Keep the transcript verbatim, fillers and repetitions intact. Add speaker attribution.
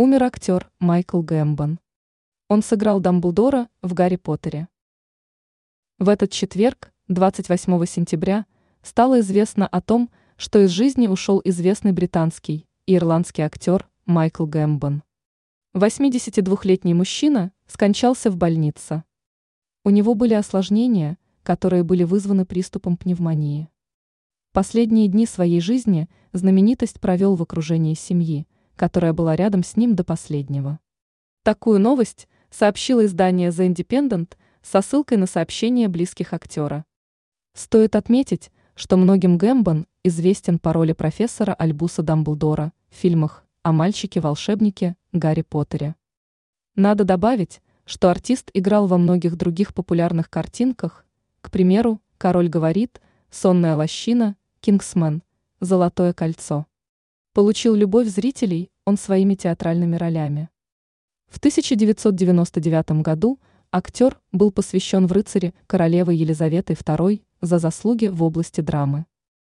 Speaker 1: Умер актер Майкл Гэмбон. Он сыграл Дамблдора в «Гарри Поттере». В этот четверг, двадцать восьмого сентября, стало известно о том, что из жизни ушел известный британский и ирландский актер Майкл Гэмбон. восьмидесятидвухлетний мужчина скончался в больнице. У него были осложнения, которые были вызваны приступом пневмонии. Последние дни своей жизни знаменитость провел в окружении семьи, которая была рядом с ним до последнего. Такую новость сообщило издание The Independent со ссылкой на сообщение близких актера. Стоит отметить, что многим Гэмбон известен по роли профессора Альбуса Дамблдора в фильмах о мальчике-волшебнике Гарри Поттере. Надо добавить, что артист играл во многих других популярных картинках, к примеру, «Король говорит», «Сонная лощина», «Кингсмен», «Золотое кольцо». Получил любовь зрителей он своими театральными ролями. В тысяча девятьсот девяносто девятом году актер был посвящен в рыцари королевы Елизаветы второй за заслуги в области драмы.